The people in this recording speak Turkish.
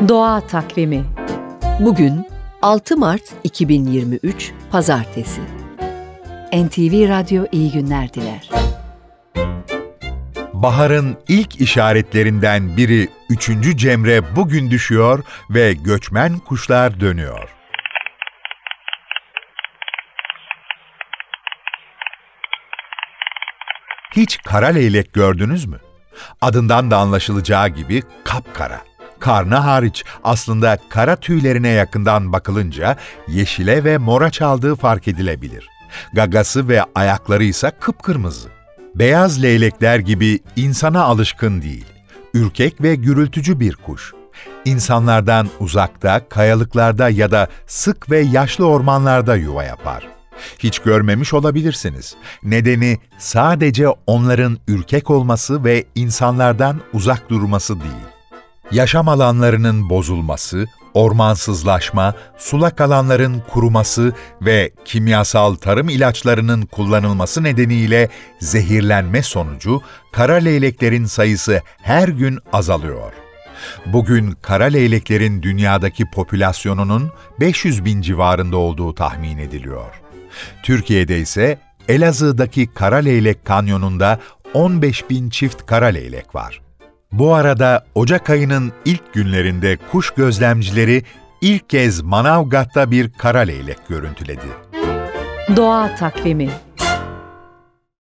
Doğa Takvimi. Bugün 6 Mart 2023 Pazartesi. NTV Radyo iyi günler diler. Baharın ilk işaretlerinden biri 3. Cemre bugün düşüyor ve göçmen kuşlar dönüyor. Hiç kara leylek gördünüz mü? Adından da anlaşılacağı gibi kapkara. Karnı hariç aslında kara tüylerine yakından bakılınca yeşile ve mora çaldığı fark edilebilir. Gagası ve ayakları ise kıpkırmızı. Beyaz leylekler gibi insana alışkın değil. Ürkek ve gürültücü bir kuş. İnsanlardan uzakta, kayalıklarda ya da sık ve yaşlı ormanlarda yuva yapar. Hiç görmemiş olabilirsiniz. Nedeni sadece onların ürkek olması ve insanlardan uzak durması değil. Yaşam alanlarının bozulması, ormansızlaşma, sulak alanların kuruması ve kimyasal tarım ilaçlarının kullanılması nedeniyle zehirlenme sonucu kara leyleklerin sayısı her gün azalıyor. Bugün kara leyleklerin dünyadaki popülasyonunun 500 bin civarında olduğu tahmin ediliyor. Türkiye'de ise Elazığ'daki Kara Leylek Kanyonu'nda 15 bin çift kara leylek var. Bu arada Ocak ayının ilk günlerinde kuş gözlemcileri ilk kez Manavgat'ta bir kara leylek görüntüledi. Doğa Takvimi.